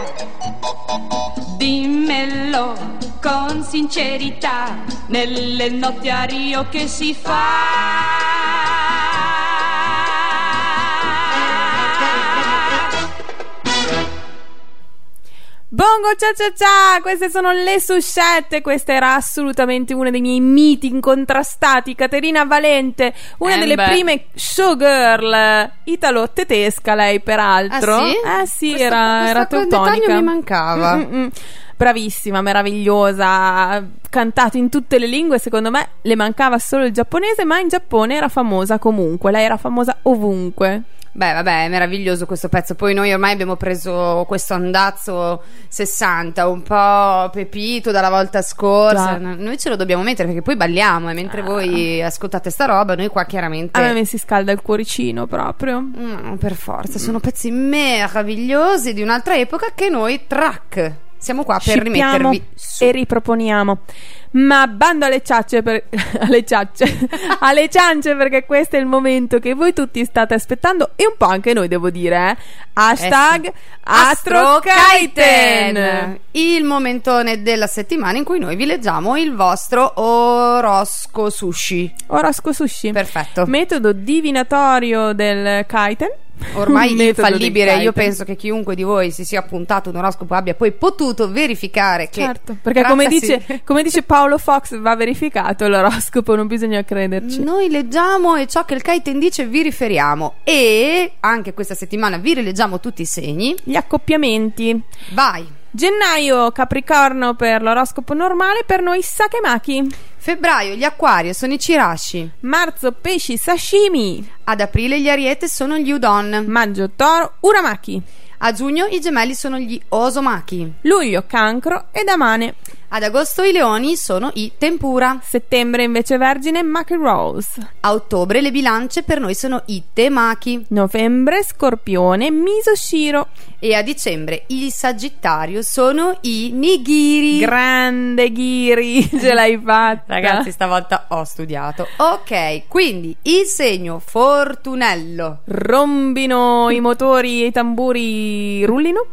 dimmelo con sincerità, nelle notti a Rio che si fa? Bongo cia cia cia, queste sono le suscette, questa era assolutamente uno dei miei miti incontrastati, Caterina Valente, una eh delle beh. prime showgirl italo-tedesca, lei peraltro. Ah, sì? Eh sì, Questo- era, questo era teutonica. dettaglio mi mancava. Mm-mm-mm. Bravissima, meravigliosa, cantato in tutte le lingue, secondo me le mancava solo il giapponese, ma in Giappone era famosa comunque, lei era famosa ovunque. Beh, vabbè, è meraviglioso questo pezzo. Poi noi ormai abbiamo preso questo andazzo sessanta, un po' pepito dalla volta scorsa. Già. Noi ce lo dobbiamo mettere perché poi balliamo e mentre Ah. voi ascoltate sta roba, noi qua chiaramente. A me mi si scalda il cuoricino proprio. Mm, per forza, sono pezzi meravigliosi di un'altra epoca che noi track. Siamo qua per Scippiamo rimettervi su. e riproponiamo. Ma bando alle ciacce per... alle ciacce alle ciance, perché questo è il momento che voi tutti state aspettando e un po' anche noi, devo dire, eh. Hashtag Eh sì. AstroKaiten, il momentone della settimana in cui noi vi leggiamo il vostro orosco sushi. Orosco Sushi. Perfetto. Metodo divinatorio del Kaiten. Ormai Metodo infallibile, del io Kaiten. penso che chiunque di voi si sia appuntato un oroscopo abbia poi potuto verificare che Certo, perché come trattasi- dice, come dice Paolo Fox, va verificato l'oroscopo, non bisogna crederci. noi leggiamo e ciò che il Kaiten dice vi riferiamo, e anche questa settimana vi rileggiamo tutti i segni. Gli accoppiamenti. Vai. Gennaio Capricorno per l'oroscopo normale, per noi Sakemaki. Febbraio gli Acquario sono i Chirashi. Marzo Pesci Sashimi. Ad aprile gli Ariete sono gli Udon. Maggio Toro Uramaki. A giugno i Gemelli sono gli Osomaki. Luglio Cancro ed Amane. Ad agosto i Leoni sono i Tempura. Settembre invece Vergine Maki Rose. A ottobre le Bilance per noi sono i Temaki. Novembre Scorpione Misoshiro. E a dicembre il Sagittario sono i Nigiri. Grande Ghiri, ce l'hai fatta. Ragazzi, stavolta ho studiato. Ok, quindi il segno Fortunello rombino i motori e i tamburi rullino.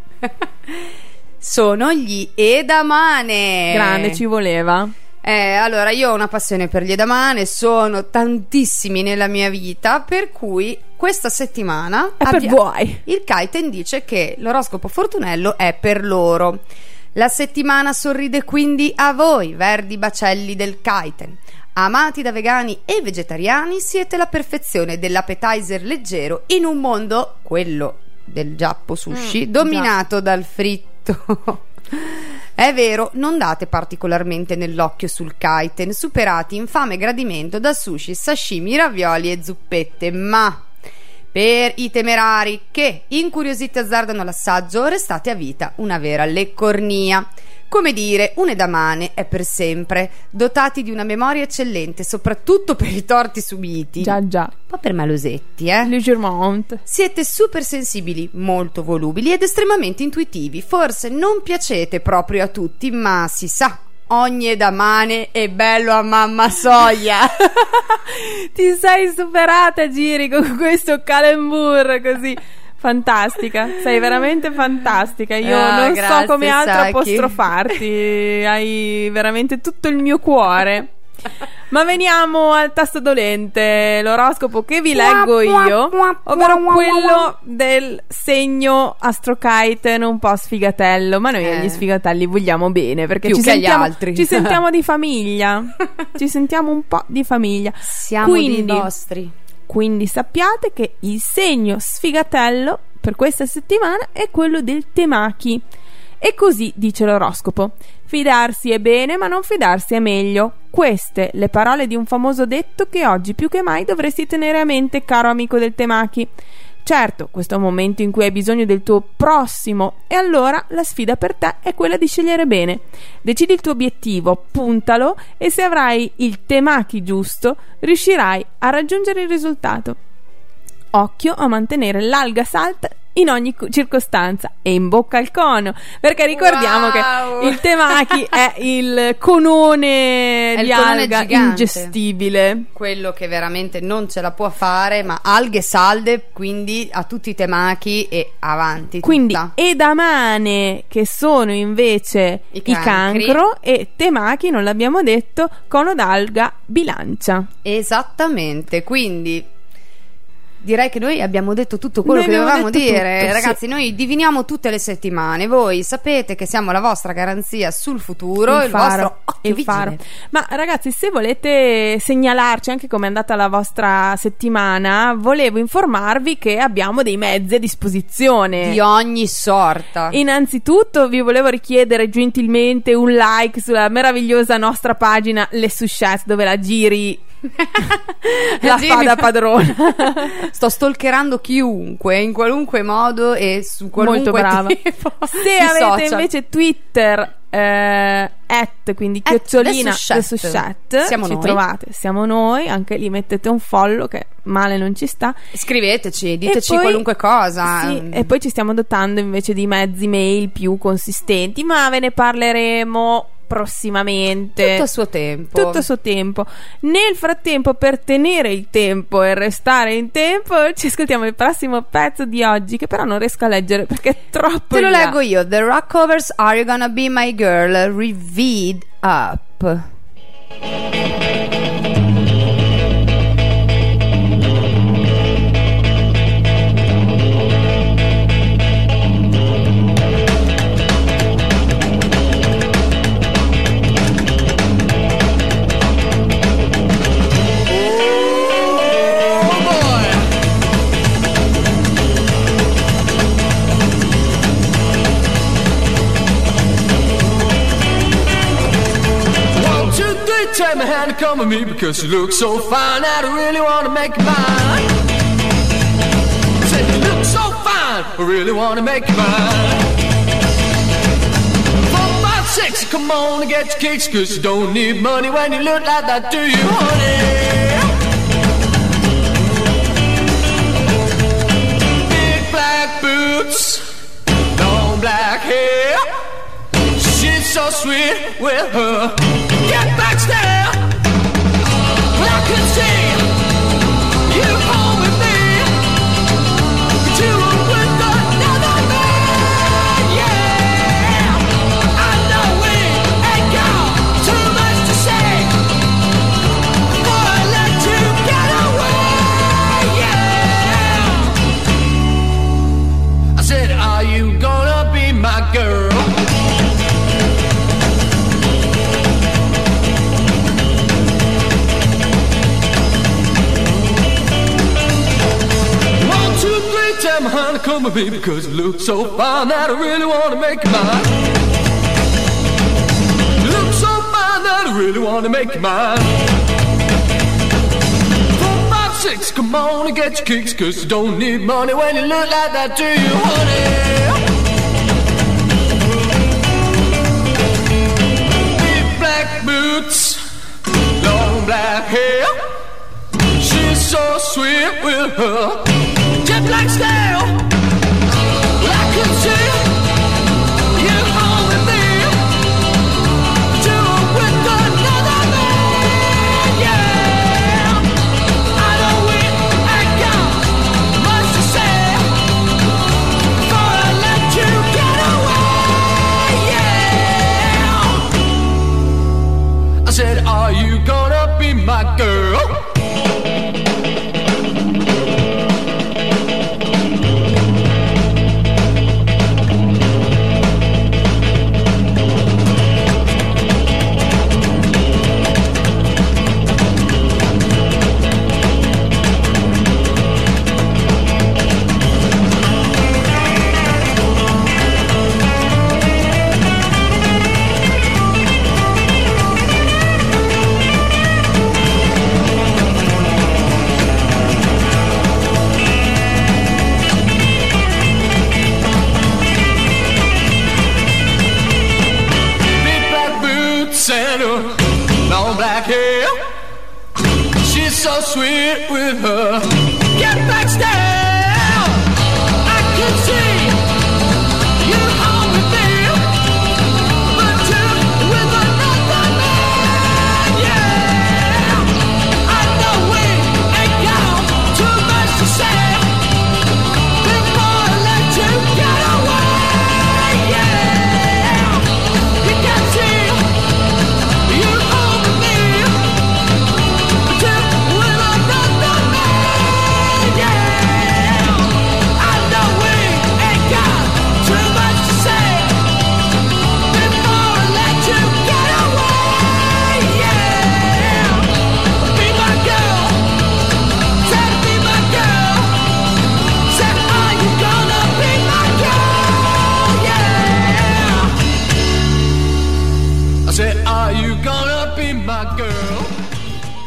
sono gli Edamane. Grande, ci voleva. Eh, allora io ho una passione per gli Edamane, sono tantissimi nella mia vita, per cui questa settimana È per abbia- voi. il Kaiten dice che l'oroscopo Fortunello è per loro. La settimana sorride quindi a voi, verdi bacelli del Kaiten. Amati da vegani e vegetariani, siete la perfezione dell'appetizer leggero in un mondo, quello del Giappo Sushi, Mm, dominato dal fritto. È vero, non date particolarmente nell'occhio sul Kaiten, superati in fame e gradimento da sushi, sashimi, ravioli e zuppette, ma per i temerari che, incuriositi, azzardano l'assaggio, restate a vita una vera leccornia. Come dire, un edamane è per sempre, dotati di una memoria eccellente, soprattutto per i torti subiti. Già già. Un po' per malosetti, eh? Leggermente. Siete super sensibili, molto volubili ed estremamente intuitivi. Forse non piacete proprio a tutti, ma si sa, ogni edamane è bello a mamma soia. Ti sei superata, Giri, con questo calembour così. Fantastica, sei veramente fantastica. Io Ah, non grazie, so come altro Saki. apostrofarti. Hai veramente tutto il mio cuore. Ma veniamo al tasto dolente, l'oroscopo che vi leggo io, ovvero quello del segno AstroKaiten un po' sfigatello. Ma noi Eh. agli sfigatelli vogliamo bene, perché Più ci che agli sentiamo, altri. ci sentiamo di famiglia. Ci sentiamo un po' di famiglia. Siamo Quindi- dei vostri. Quindi sappiate che il segno sfigatello per questa settimana è quello del Temaki. E così dice l'oroscopo: fidarsi è bene, ma non fidarsi è meglio. queste le parole di un famoso detto che oggi più che mai dovresti tenere a mente, caro amico del Temaki. Certo, questo è un momento in cui hai bisogno del tuo prossimo e allora la sfida per te è quella di scegliere bene. Decidi il tuo obiettivo, puntalo e se avrai il Temaki giusto riuscirai a raggiungere il risultato. Occhio a mantenere l'alga salta in ogni circostanza e in bocca al cono, perché ricordiamo wow. che il Temaki è il conone è di il conone alga gigante, ingestibile, quello che veramente non ce la può fare, ma alghe salde, quindi a tutti i Temaki e avanti quindi tutta. edamane che sono invece I i, cancri. cancro e Temaki, non l'abbiamo detto, cono d'alga bilancia. Esattamente, quindi direi che noi abbiamo detto tutto quello Noi che abbiamo dovevamo detto dire, tutto, ragazzi. sì. Noi diviniamo tutte le settimane. Voi sapete che siamo la vostra garanzia sul futuro, il, Il faro, vostro occhio il vigile. faro. Ma ragazzi, se volete segnalarci anche come è andata la vostra settimana, volevo informarvi che abbiamo dei mezzi a disposizione Di ogni sorta. Innanzitutto vi volevo richiedere gentilmente un like sulla meravigliosa nostra pagina Le Sushette, dove la giri la Giri. fa da padrona. Sto stalkerando chiunque in qualunque modo e su qualunque Molto brava. tipo Se di avete social. invece Twitter eh, at, quindi At chiocciolina The Sushette. The Sushette, Siamo ci noi. trovate, siamo noi, anche lì mettete un follow che male non ci sta. Scriveteci, diteci E poi- qualunque cosa. Sì, e poi ci stiamo dotando invece di mezzi mail più consistenti, ma ve ne parleremo prossimamente. Tutto a suo tempo. Tutto a suo tempo. Nel frattempo, per tenere il tempo e restare in tempo, ci ascoltiamo il prossimo pezzo di oggi, che però non riesco a leggere perché è troppo Te lo in là. leggo io. The Rock Covers Are You Gonna Be My Girl? Reveed Up. Take my hand and come with me because you look so fine that I really want to make you mine. Said you look so fine, I really want to make you mine. Four, five, six, come on and get your kicks because you don't need money when you look like that, do you, honey? Big black boots, long black hair. She's so sweet with her get back stare. Well, I can see you home with me, but you were with another man. Yeah, I know we ain't got too much to say before I let you get away. Yeah, I said, are you gonna be my girl? Tell my honey, come with me because you look so fine that I really want to make you mine. You look so fine that I really want to make you mine. Four, five, six, come on and get your kicks because you don't need money when you look like that, do you, honey? Big black boots, long black hair. She's so sweet with her jet black stare. Well, I could see you home with me, but you were with another man. Yeah, I know we ain't got much to say before I let you get away. Yeah, I said, are you gonna be my girl?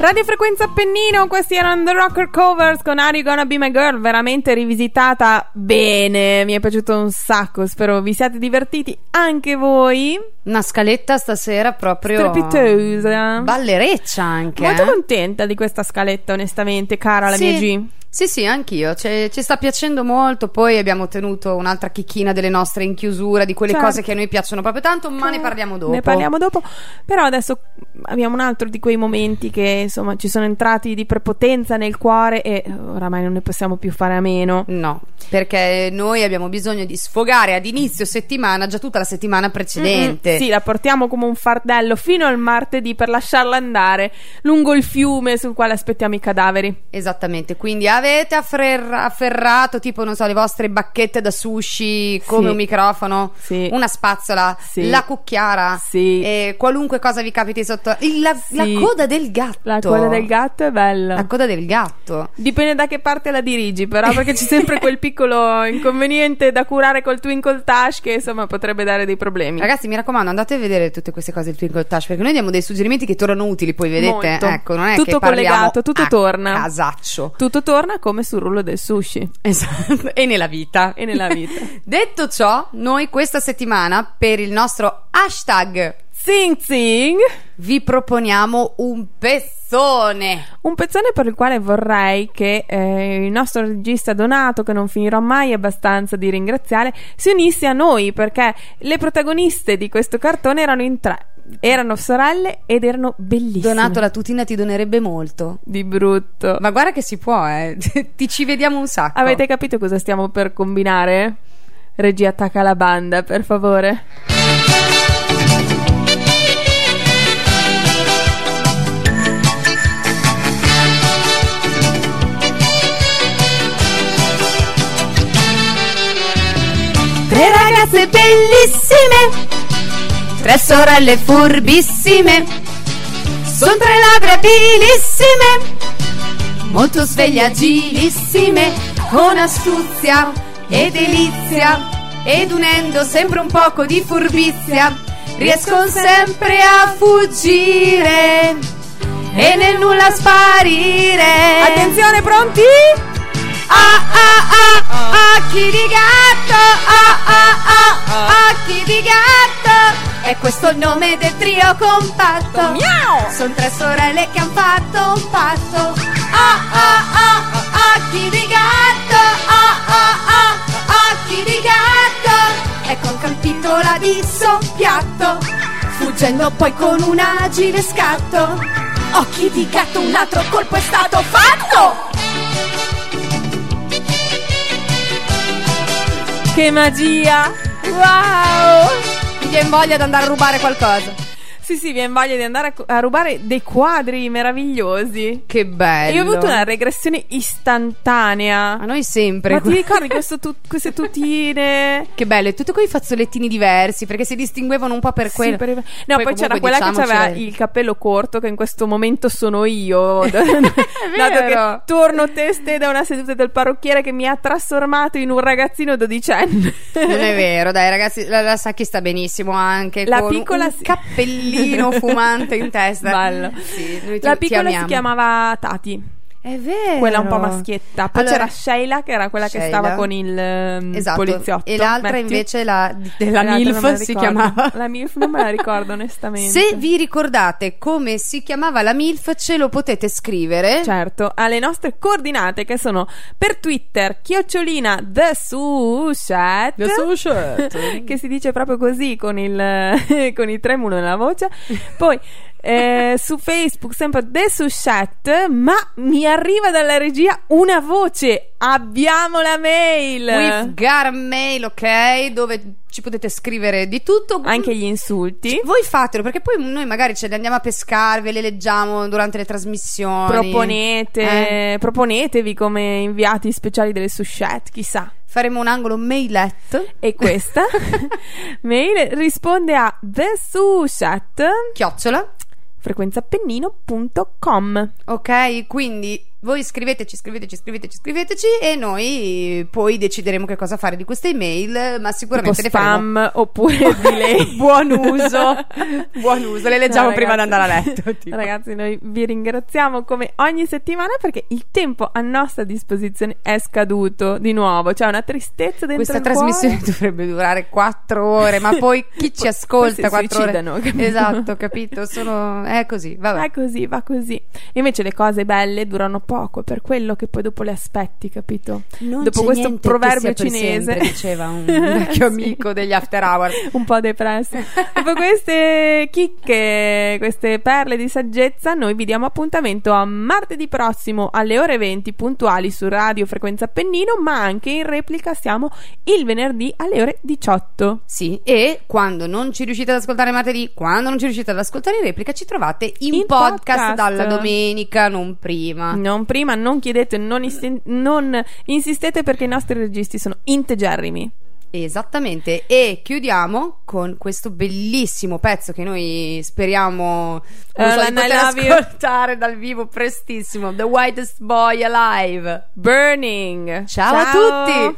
Radio Frequenza Appennino, questi erano The Rocker Covers con Are You Gonna Be My Girl, veramente rivisitata bene, mi è piaciuto un sacco, spero vi siate divertiti anche voi. Una scaletta stasera proprio strepitosa, ballereccia anche. Molto eh? contenta di questa scaletta, onestamente, cara la sì. mia G. Sì, sì, anch'io, ci, ci sta piacendo molto. Poi abbiamo tenuto un'altra chicchina delle nostre in chiusura, di quelle certo. cose che a noi piaciono proprio tanto, ma ne parliamo dopo. Ne parliamo dopo, però adesso abbiamo un altro di quei momenti che insomma ci sono entrati di prepotenza nel cuore e oramai non ne possiamo più fare a meno. No, perché noi abbiamo bisogno di sfogare ad inizio settimana già tutta la settimana precedente. Mm-hmm. Sì, la portiamo come un fardello fino al martedì per lasciarla andare lungo il fiume sul quale aspettiamo i cadaveri. Esattamente, quindi avete affer- afferrato tipo, non so, le vostre bacchette da sushi, come sì. un microfono, sì. una spazzola, sì. la cucchiara, sì. e qualunque cosa vi capiti sotto. Il- la, sì. la coda del gatto. La coda del gatto è bella. La coda del gatto. Dipende da che parte la dirigi, però, perché c'è sempre quel piccolo inconveniente da curare col Twinkle Touch che insomma potrebbe dare dei problemi. Ragazzi, mi raccomando, andate a vedere tutte queste cose del Twinkle Touch, perché noi diamo dei suggerimenti che tornano utili, poi vedete, Molto. ecco, non è tutto che parliamo collegato, tutto a torna. Casaccio. Tutto torna come sul rullo del sushi. Esatto. E nella vita. E nella vita. Detto ciò, noi questa settimana per il nostro hashtag Zing Zing vi proponiamo un pezzone. Un pezzone per il quale vorrei che eh, il nostro regista Donato, che non finirò mai abbastanza di ringraziare, si unisse a noi, perché le protagoniste di questo cartone erano in tre. Erano sorelle ed erano bellissime. Donato, la tutina ti donerebbe molto. Di brutto. Ma guarda che si può, eh. Ti ci vediamo un sacco. Avete capito cosa stiamo per combinare? Regia, attacca la banda, per favore. Tre ragazze bellissime, tre sorelle furbissime, son tre labbra abilissime, molto sveglie agilissime, con astuzia e delizia, ed unendo sempre un poco di furbizia, riescono sempre a fuggire e nel nulla sparire. Attenzione, pronti? Ah ah ah, occhi di gatto, ah ah ah, occhi di gatto, e questo è il nome del trio compatto. Miau! Sono tre sorelle che han fatto un patto. Ah ah ah, occhi di gatto, ah ah ah, occhi di gatto, e con campitola di soppiatto, fuggendo poi con un agile scatto. Occhi di gatto, un altro colpo è stato fatto. Che magia! Wow! Mi viene voglia di andare a rubare qualcosa. Sì, sì, viene voglia di andare a, a rubare dei quadri meravigliosi. Che bello. E io ho avuto una regressione istantanea. A noi sempre. Ma ti ricordi questo tu- queste tutine? Che bello, tutti quei fazzolettini diversi, perché si distinguevano un po' per Sì, quello. per i- No, poi, Poi c'era comunque quella che diciamocela- aveva il cappello corto, che in questo momento sono io. Dato vero. che torno teste da una seduta del parrucchiere che mi ha trasformato in un ragazzino dodicenne. Non è vero, dai ragazzi, la, la Saki sta benissimo anche La con piccola un si- cappellino fumante in testa. Bello. Sì, noi ti- La ti piccola si amiamo. chiamava Tati. È vero. Quella un po' maschietta. Poi Allora- c'era Sheila, che era quella che Sheila. stava con il um, Esatto. poliziotto. E l'altra Matthew. invece la, della L'altra non MILF me la si ricordo. chiamava. La MILF non me la ricordo onestamente. Se vi ricordate come si chiamava la MILF, ce lo potete scrivere. Certo, alle nostre coordinate, che sono per Twitter chiocciolina The Sushat, The Sushat. che si dice proprio così con il con il tremulo nella voce. Poi eh, su Facebook sempre The Sushat, ma mi arriva dalla regia una voce. Abbiamo la mail. We've got a mail, ok? Dove ci potete scrivere di tutto. Anche gli insulti. Voi fatelo, perché poi noi magari ce le andiamo a pescare, ve le leggiamo durante le trasmissioni. Proponete, Eh. proponetevi come inviati speciali delle Sushat, chissà. Faremo un angolo mailet. E questa mail risponde a thesushat Chiocciola. frequenzappennino punto com. Ok, quindi voi scriveteci, scriveteci, scriveteci, scriveteci e noi poi decideremo che cosa fare di queste email, ma sicuramente tipo le faremo spam oppure di lei. buon uso, buon uso, le leggiamo No, prima di ragazzi, andare a letto. Tipo. Ragazzi, noi vi ringraziamo come ogni settimana perché il tempo a nostra disposizione è scaduto di nuovo, c'è una tristezza dentro Questa il trasmissione cuore. dovrebbe durare quattro ore, ma poi chi ci Poi- ascolta poi si quattro ore? suicidano, capito? Esatto, capito? Sono... è così, vabbè. È così, va così. Invece le cose belle durano poco, è per quello che poi dopo le aspetti, capito? Non dopo c'è questo niente che proverbio sia per cinese, sempre, diceva un vecchio Sì. amico degli After Hours. Un po' depresso. Dopo queste chicche, queste perle di saggezza, noi vi diamo appuntamento a martedì prossimo alle ore venti puntuali su Radio Frequenza Appennino, ma anche in replica siamo il venerdì alle ore diciotto. Sì, e quando non ci riuscite ad ascoltare martedì, quando non ci riuscite ad ascoltare in replica, ci trovate in, In podcast, podcast. dalla domenica, non prima. Non prima, non chiedete, non, isten- non insistete perché i nostri registi sono integerrimi. Esattamente, e chiudiamo con questo bellissimo pezzo che noi speriamo non so, Uh, di la poter I love you. ascoltare dal vivo prestissimo. The Whitest Boy Alive. Burning. Ciao a tutti.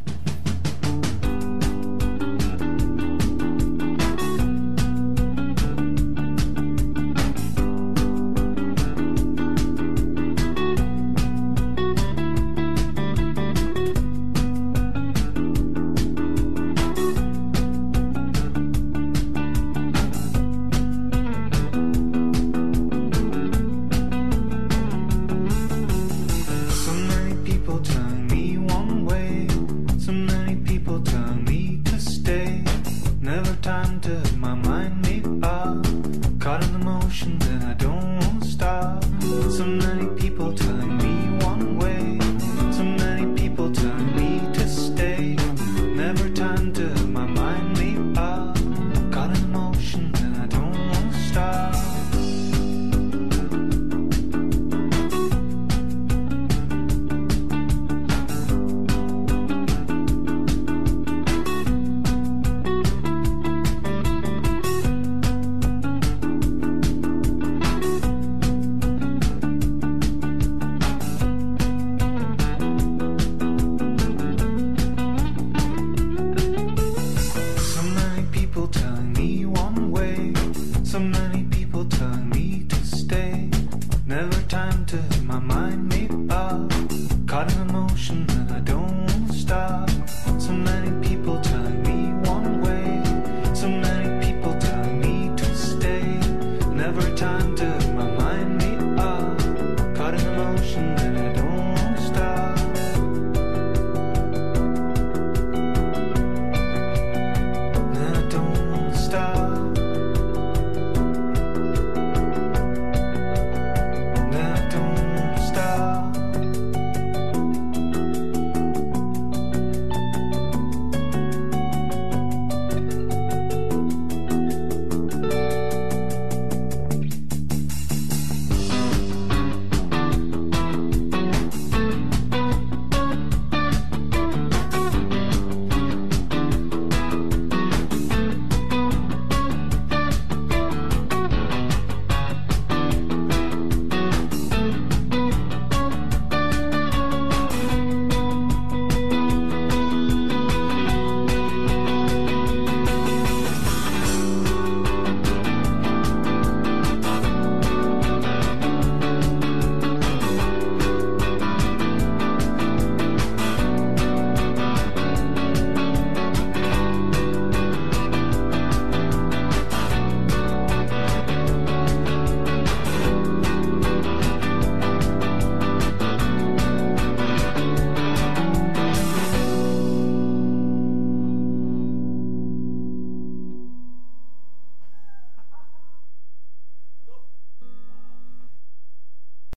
So many people telling me one way, so many people telling me to stay. Never time to my mind made up, caught in the motion that I don't want to stop. So many people telling me one way, so many people telling me to stay. Never time to my mind made up, caught in the motion that I don't want to stop. So many people telling me one way, so many people telling me to stay. Never time to my mind made up, caught in a motion that I don't want to stop.